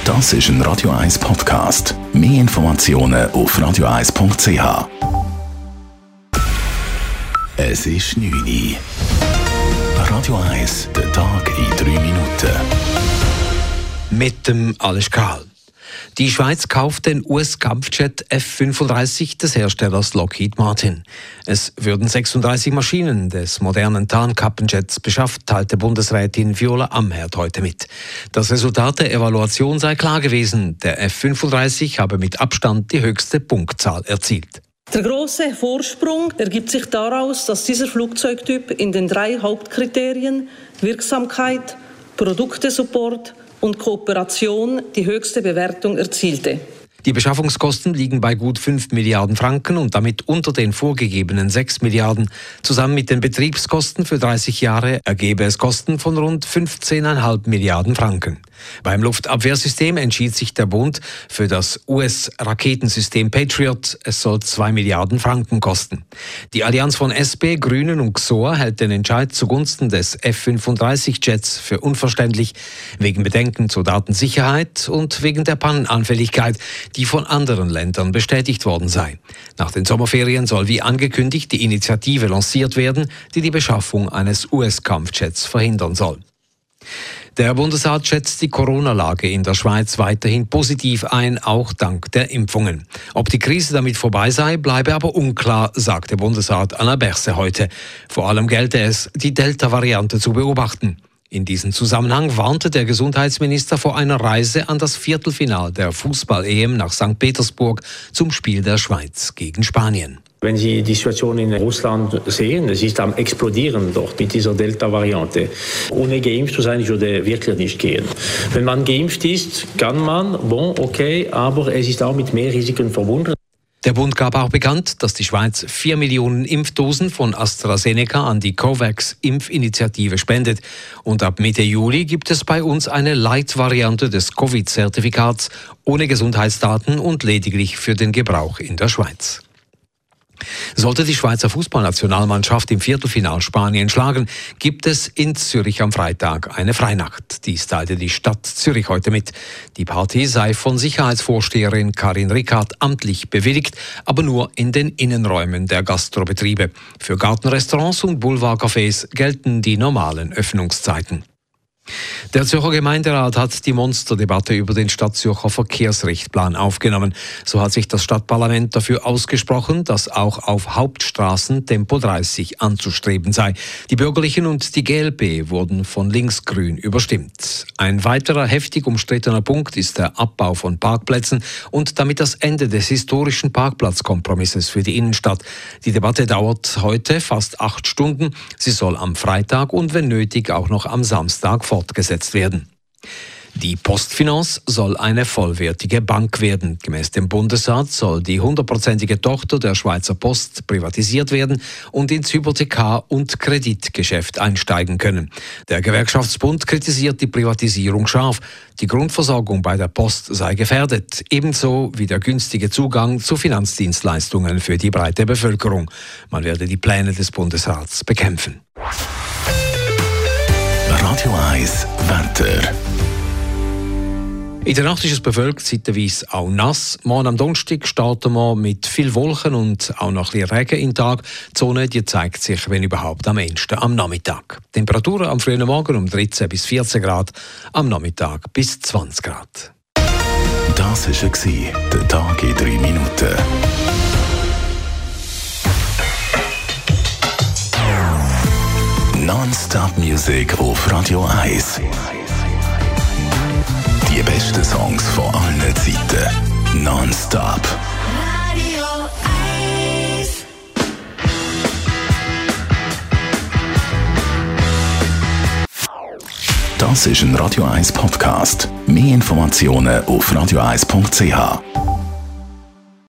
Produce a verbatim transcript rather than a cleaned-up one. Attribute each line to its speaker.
Speaker 1: Das ist ein Radio eins Podcast. Mehr Informationen auf radio eins punkt c h. Es ist neun Uhr. Radio eins, der Tag in drei Minuten.
Speaker 2: Mit dem Alles Karl. Die Schweiz kauft den U S-Kampfjet F fünfunddreißig des Herstellers Lockheed Martin. Es würden sechsunddreißig Maschinen des modernen Tarnkappenjets beschafft, teilte Bundesrätin Viola Amherd heute mit. Das Resultat der Evaluation sei klar gewesen. Der F fünfunddreißig habe mit Abstand die höchste Punktzahl erzielt.
Speaker 3: Der große Vorsprung ergibt sich daraus, dass dieser Flugzeugtyp in den drei Hauptkriterien Wirksamkeit, Produktesupport und Kooperation die höchste Bewertung erzielte.
Speaker 2: Die Beschaffungskosten liegen bei gut fünf Milliarden Franken und damit unter den vorgegebenen sechs Milliarden. Zusammen mit den Betriebskosten für dreißig Jahre ergebe es Kosten von rund fünfzehn Komma fünf Milliarden Franken. Beim Luftabwehrsystem entschied sich der Bund für das U S-Raketensystem Patriot. Es soll zwei Milliarden Franken kosten. Die Allianz von S P, Grünen und G S O A hält den Entscheid zugunsten des F fünfunddreißig Jets für unverständlich, wegen Bedenken zur Datensicherheit und wegen der Pannenanfälligkeit, die von anderen Ländern bestätigt worden sei. Nach den Sommerferien soll wie angekündigt die Initiative lanciert werden, die die Beschaffung eines U S-Kampfjets verhindern soll. Der Bundesrat schätzt die Corona-Lage in der Schweiz weiterhin positiv ein, auch dank der Impfungen. Ob die Krise damit vorbei sei, bleibe aber unklar, sagte Bundesrat Alain Berset heute. Vor allem gelte es, die Delta-Variante zu beobachten. In diesem Zusammenhang warnte der Gesundheitsminister vor einer Reise an das Viertelfinale der Fußball-E M nach Sankt Petersburg zum Spiel der Schweiz gegen Spanien.
Speaker 4: Wenn Sie die Situation in Russland sehen, es ist am Explodieren dort mit dieser Delta-Variante. Ohne geimpft zu sein, ich würde wirklich nicht gehen. Wenn man geimpft ist, kann man, bon, okay, aber es ist auch mit mehr Risiken verbunden.
Speaker 2: Der Bund gab auch bekannt, dass die Schweiz vier Millionen Impfdosen von AstraZeneca an die COVAX-Impfinitiative spendet. Und ab Mitte Juli gibt es bei uns eine Light-Variante des Covid-Zertifikats ohne Gesundheitsdaten und lediglich für den Gebrauch in der Schweiz. Sollte die Schweizer Fußballnationalmannschaft im Viertelfinal Spanien schlagen, gibt es in Zürich am Freitag eine Freinacht. Dies teilte die Stadt Zürich heute mit. Die Party sei von Sicherheitsvorsteherin Karin Rickard amtlich bewilligt, aber nur in den Innenräumen der Gastrobetriebe. Für Gartenrestaurants und Boulevardcafés gelten die normalen Öffnungszeiten. Der Zürcher Gemeinderat hat die Monsterdebatte über den Stadtzürcher Verkehrsrichtplan aufgenommen. So hat sich das Stadtparlament dafür ausgesprochen, dass auch auf Hauptstraßen Tempo dreißig anzustreben sei. Die Bürgerlichen und die G L P wurden von Linksgrün überstimmt. Ein weiterer heftig umstrittener Punkt ist der Abbau von Parkplätzen und damit das Ende des historischen Parkplatzkompromisses für die Innenstadt. Die Debatte dauert heute fast acht Stunden. Sie soll am Freitag und wenn nötig auch noch am Samstag fortgesetzt werden. Die Postfinance soll eine vollwertige Bank werden. Gemäß dem Bundesrat soll die hundertprozentige Tochter der Schweizer Post privatisiert werden und ins Hypothekar- und Kreditgeschäft einsteigen können. Der Gewerkschaftsbund kritisiert die Privatisierung scharf. Die Grundversorgung bei der Post sei gefährdet, ebenso wie der günstige Zugang zu Finanzdienstleistungen für die breite Bevölkerung. Man werde die Pläne des Bundesrats bekämpfen.
Speaker 1: Radio eins Wetter.
Speaker 2: In der Nacht ist es bewölkt, zeitweise auch nass. Morgen am Donnerstag starten wir mit viel Wolken und auch noch ein bisschen Regen in den Tag. Die Sonne die zeigt sich, wenn überhaupt, am ehesten am Nachmittag. Temperaturen am frühen Morgen um dreizehn bis vierzehn Grad, am Nachmittag bis zwanzig Grad.
Speaker 1: Das war der Tag in drei Minuten. Non-Stop-Musik auf Radio eins. Die besten Songs von allen Zeiten. Non-Stop.
Speaker 5: Radio eins.
Speaker 1: Das ist ein Radio eins Podcast. Mehr Informationen auf radio eins punkt c h.